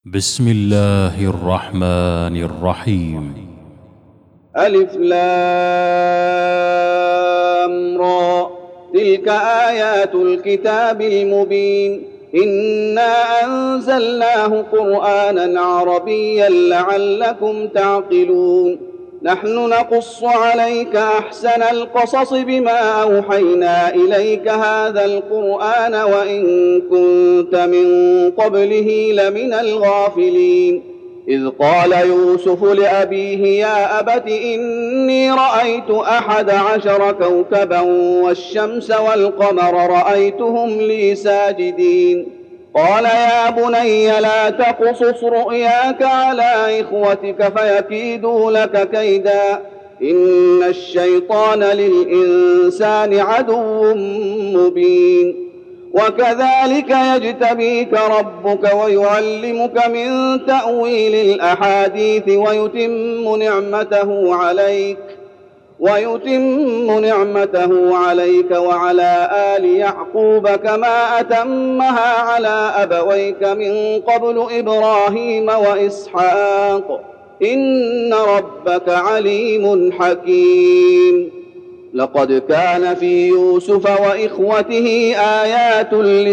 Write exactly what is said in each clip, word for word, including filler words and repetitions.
بسم الله الرحمن الرحيم. ألف لام را، تلك آيات الكتاب المبين. إنا أنزلناه قرآنا عربيا لعلكم تعقلون. نحن نقص عليك أحسن القصص بما أوحينا إليك هذا القرآن وإن كنت من قبله لمن الغافلين. إذ قال يوسف لأبيه يا أبت إني رأيت أحد عشر كوكبا والشمس والقمر رأيتهم لي ساجدين. قال يا بني لا تقصص رؤياك على إخوتك فيكيدوا لك كيدا إن الشيطان للإنسان عدو مبين. وكذلك يجتبيك ربك ويعلمك من تأويل الأحاديث ويتم نعمته عليك ويتم نعمته عليك وعلى آل يعقوب كما أتمها على أبويك من قبل إبراهيم وإسحاق إن ربك عليم حكيم. لقد كان في يوسف وإخوته آيات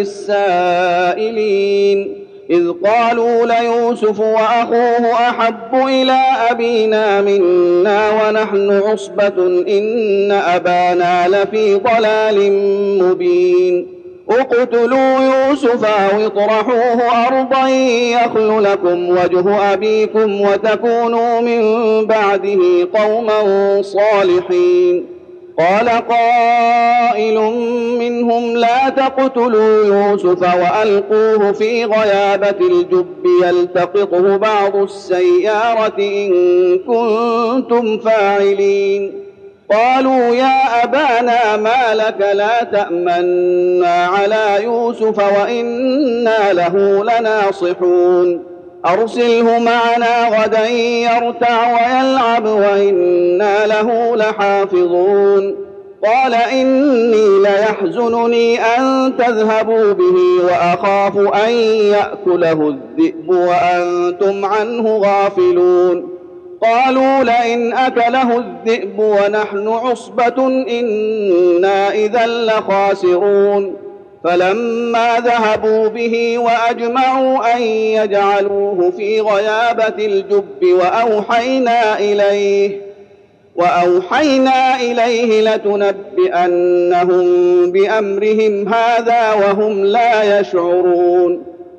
للسائلين إذ قالوا ليوسف وأخوه أحب إلى أبينا منا ونحن عصبة إن أبانا لفي ضلال مبين. اقتلوا يوسف أو اطرحوه أرضا يخل لكم وجه أبيكم وتكونوا من بعده قوما صالحين. قال قائل منهم لا تقتلوا يوسف وألقوه في غيابة الجب يلتقطه بعض السيارة إن كنتم فاعلين. قالوا يا أبانا ما لك لا تأمنا على يوسف وإنا له لناصحون. أرسله معنا غدا يرتع ويلعب وإنا له لحافظون. قال إني ليحزنني أن تذهبوا به وأخاف أن يأكله الذئب وأنتم عنه غافلون. قالوا لئن أكله الذئب ونحن عصبة إنا إذا لخاسرون. فلما ذهبوا به وأجمعوا أن يجعلوه في غيابة الجب وأوحينا إليه وأوحينا إليه لتنبئنهم بأمرهم هذا وهم لا يشعرون.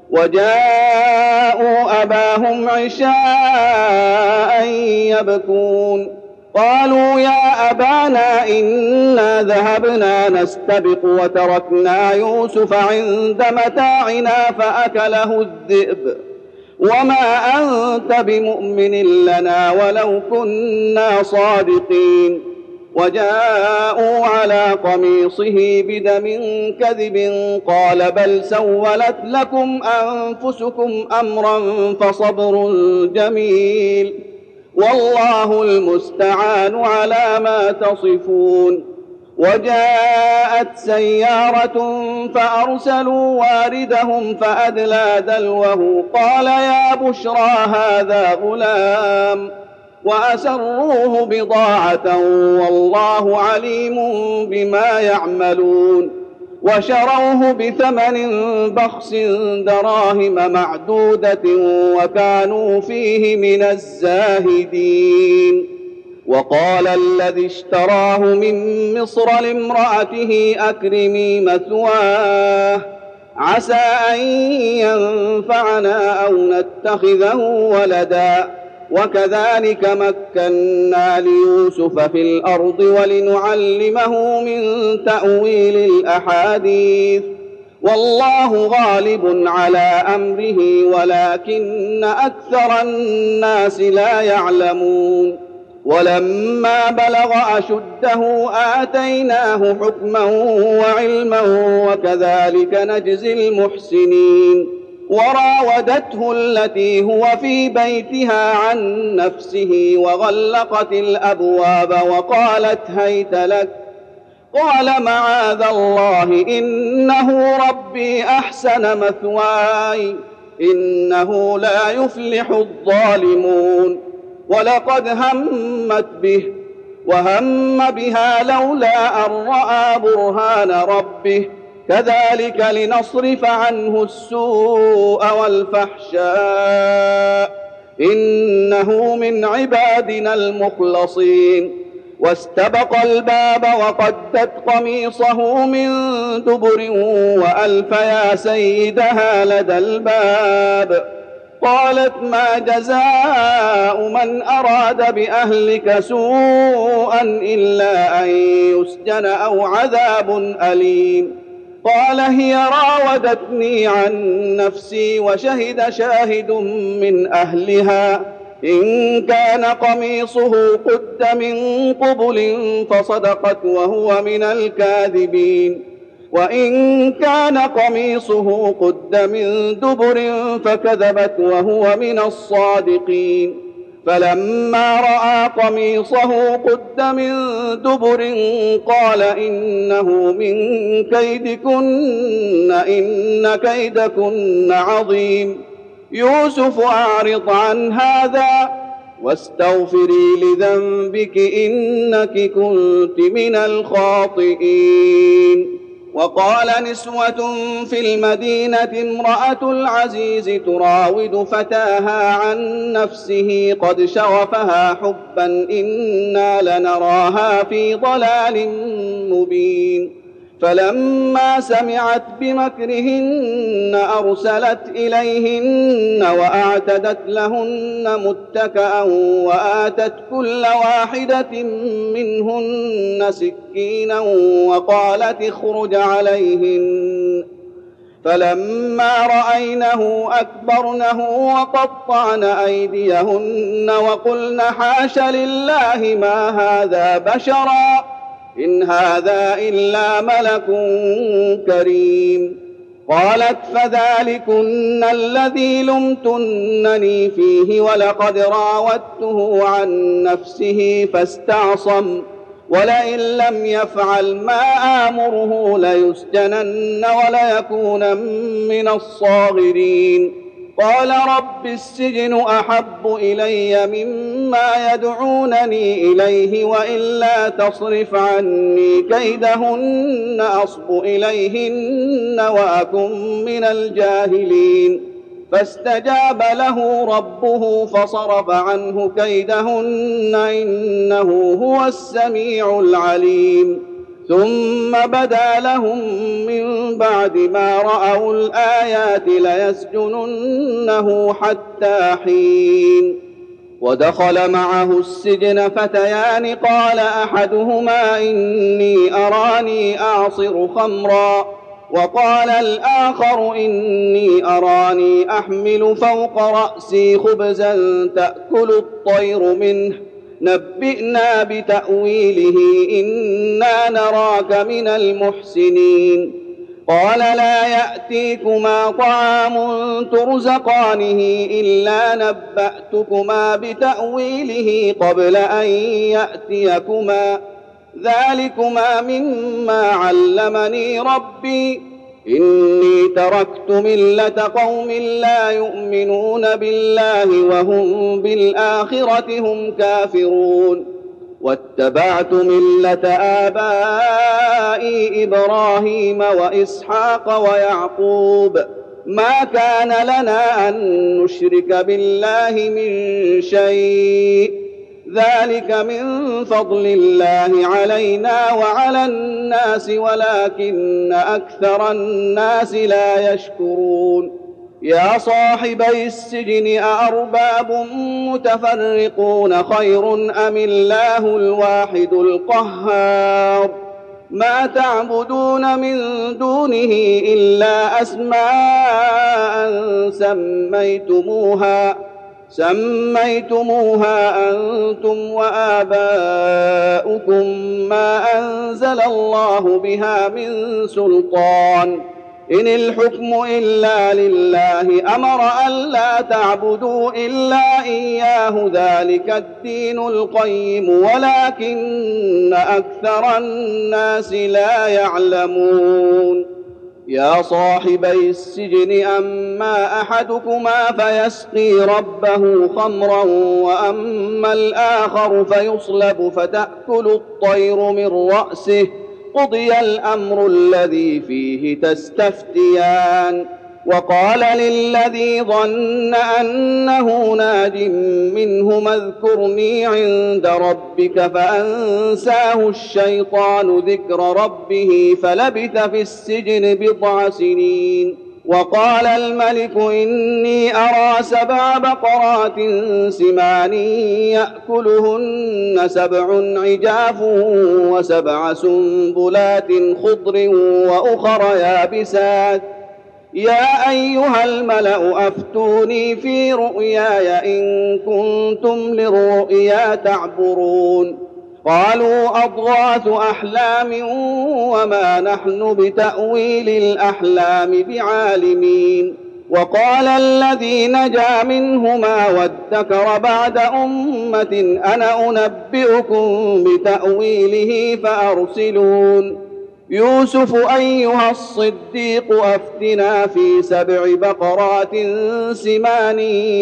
وجاءوا أباهم عشاء يبكون. قالوا يا أبانا إنا ذهبنا نستبق وتركنا يوسف عند متاعنا فأكله الذئب وما أنت بمؤمن لنا ولو كنا صادقين. وجاءوا على قميصه بدم كذب قال بل سولت لكم أنفسكم أمرا فصبر جميل والله المستعان على ما تصفون. وجاءت سيارة فأرسلوا واردهم فأدلى دلوه قال يا بشرى هذا غلام وأسروه بضاعة والله عليم بما يعملون. وشروه بثمن بخس دراهم معدودة وكانوا فيه من الزاهدين. وقال الذي اشتراه من مصر لامرأته أكرمي مثواه عسى أن ينفعنا أو نتخذه ولدا. وكذلك مكنا ليوسف في الأرض ولنعلمه من تأويل الأحاديث والله غالب على أمره ولكن أكثر الناس لا يعلمون. ولما بلغ أشده آتيناه حكما وعلما وكذلك نجزي المحسنين. وراودته التي هو في بيتها عن نفسه وغلقت الأبواب وقالت هيت لك قال معاذ الله إنه ربي أحسن مثواي إنه لا يفلح الظالمون. ولقد همت به وهم بها لولا أن رأى برهان ربه كذلك لنصرف عنه السوء والفحشاء إنه من عبادنا المخلصين. واستبق الباب وقدت قميصه من دبر وألف يا سيدها لدى الباب. قالت ما جزاء من أراد بأهلك سوءا إلا أن يسجن أو عذاب أليم. قال هي راودتني عن نفسي وشهد شاهد من أهلها إن كان قميصه قد من قبل فصدقت وهو من الكاذبين وإن كان قميصه قد من دبر فكذبت وهو من الصادقين. فلما رأى قميصه قد من دبر قال إنه من كيدكن إن كيدكن عظيم. يوسف أعرض عن هذا واستغفري لذنبك إنك كنت من الخاطئين. وقال نسوة في المدينة امرأة العزيز تراود فتاها عن نفسه قد شغفها حبا إنا لنراها في ضلال مبين. فلما سمعت بمكرهن أرسلت إليهن وأعتدت لهن متكأ وآتت كل واحدة منهن سكينا وقالت اخرج عليهن. فلما رأينه أكبرنه وقطعن أيديهن وقلن حاش لله ما هذا بشرا إن هذا إلا ملك كريم. قالت فذلكن الذي لمتنني فيه ولقد راودته عن نفسه فاستعصم ولئن لم يفعل ما آمره ليسجنن وليكون من الصاغرين. قال رب السجن أحب إلي مما يدعونني إليه وإلا تصرف عني كيدهن أصب إليهن وأكن من الجاهلين. فاستجاب له ربه فصرف عنه كيدهن إنه هو السميع العليم. ثم بدا لهم من بعد ما رأوا الآيات ليسجننه حتى حين. ودخل معه السجن فتيان قال أحدهما إني أراني أعصر خمرا وقال الآخر إني أراني أحمل فوق رأسي خبزا تأكل الطير منه نبئنا بتأويله إنا نراك من المحسنين. قال لا يأتيكما طعام ترزقانه إلا نبأتكما بتأويله قبل أن يأتيكما ذلكما مما علمني ربي إني تركت ملة قوم لا يؤمنون بالله وهم بالآخرة هم كافرون واتبعت ملة آبائي إبراهيم وإسحاق ويعقوب ما كان لنا أن نشرك بالله من شيء ذلك من فضل الله علينا وعلى الناس ولكن أكثر الناس لا يشكرون. يا صاحبي السجن أأرباب متفرقون خير أم الله الواحد القهار ما تعبدون من دونه إلا أسماء سميتموها سميتموها أنتم وآباؤكم ما أنزل الله بها من سلطان إن الحكم إلا لله أمر ألا تعبدوا إلا إياه ذلك الدين القيم ولكن أكثر الناس لا يعلمون. يا صاحبي السجن أما أحدكما فيسقي ربه خمرا وأما الآخر فيصلب فتأكل الطير من رأسه قضي الأمر الذي فيه تستفتيان. وقال للذي ظن أنه ناج منهما اذكرني عند ربك فأنساه الشيطان ذكر ربه فلبث في السجن بضع سنين. وقال الملك إني أرى سبع بقرات سمان يأكلهن سبع عجاف وسبع سنبلات خضر وأخر يابسات يا أيها الملأ أفتوني في رؤياي إن كنتم للرؤيا تعبرون. قالوا أضغاث أحلام وما نحن بتأويل الأحلام بعالمين. وقال الذي نجا منهما وادكر بعد أمة أنا أنبئكم بتأويله فأرسلون. يوسف أيها الصديق أفتنا في سبع بقرات سمان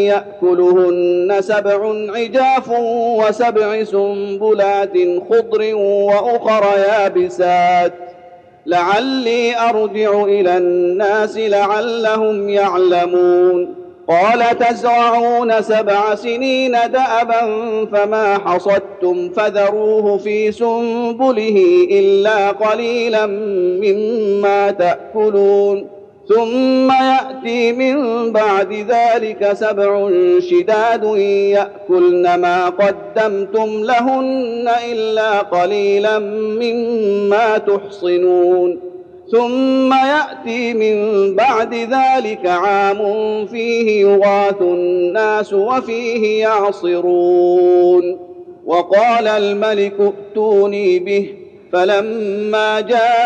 يأكلهن سبع عجاف وسبع سنبلات خضر وأخر يابسات لعلي أرجع إلى الناس لعلهم يعلمون. قال تزرعون سبع سنين دأبا فما حصدتم فذروه في سنبله إلا قليلا مما تأكلون ثم يأتي من بعد ذلك سبع شداد يأكلن ما قدمتم لهن إلا قليلا مما تحصنون ثم يأتي من بعد ذلك عام فيه يغاث الناس وفيه يعصرون. وقال الملك ائتوني به فلما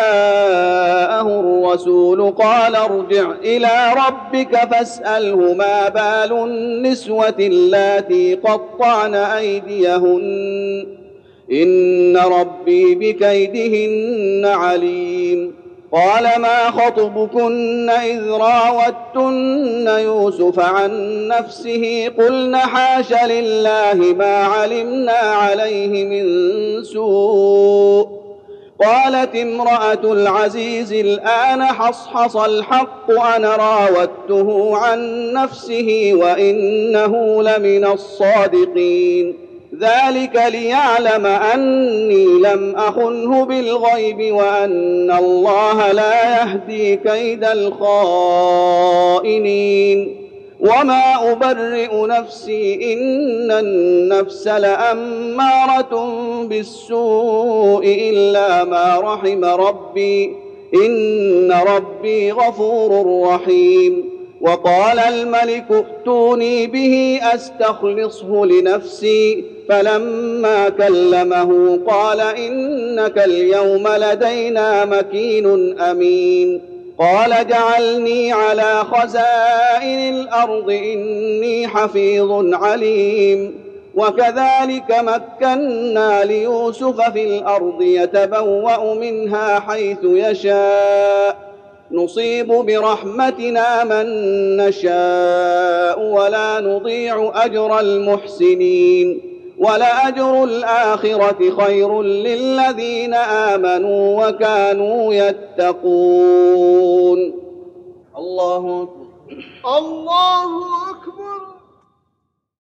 جاءه الرسول قال ارجع إلى ربك فاسأله ما بال النسوة اللاتي قطعن أيديهن إن ربي بكيدهن عليم. قال ما خطبكن إذ راوتن يوسف عن نفسه قلن حاش لله ما علمنا عليه من سوء. قالت امرأة العزيز الآن حصحص الحق أنا راودته عن نفسه وإنه لمن الصادقين ذلك ليعلم أني لم أخنه بالغيب وأن الله لا يهدي كيد الخائنين. وما أبرئ نفسي إن النفس لأمارة بالسوء إلا ما رحم ربي إن ربي غفور رحيم. وقال الملك ائتوني به أستخلصه لنفسي فلما كلمه قال إنك اليوم لدينا مكين أمين. قال جعلني على خزائن الأرض إني حفيظ عليم. وكذلك مكنا ليوسف في الأرض يتبوأ منها حيث يشاء نصيب برحمتنا من نشاء ولا نضيع أجر المحسنين ولأجر الآخرة خير للذين آمنوا وكانوا يتقون. الله أكبر. الله